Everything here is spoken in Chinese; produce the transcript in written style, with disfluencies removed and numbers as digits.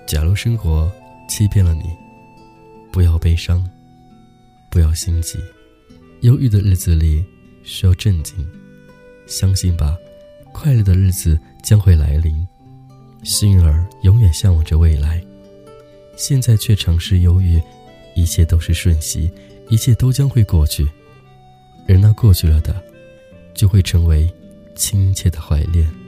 假如生活欺骗了你，不要悲伤，不要心急。忧郁的日子里需要镇静，相信吧，快乐的日子将会来临。幸运儿永远向往着未来，现在却尝试忧郁，一切都是瞬息，一切都将会过去，而那过去了的，就会成为亲切的怀恋。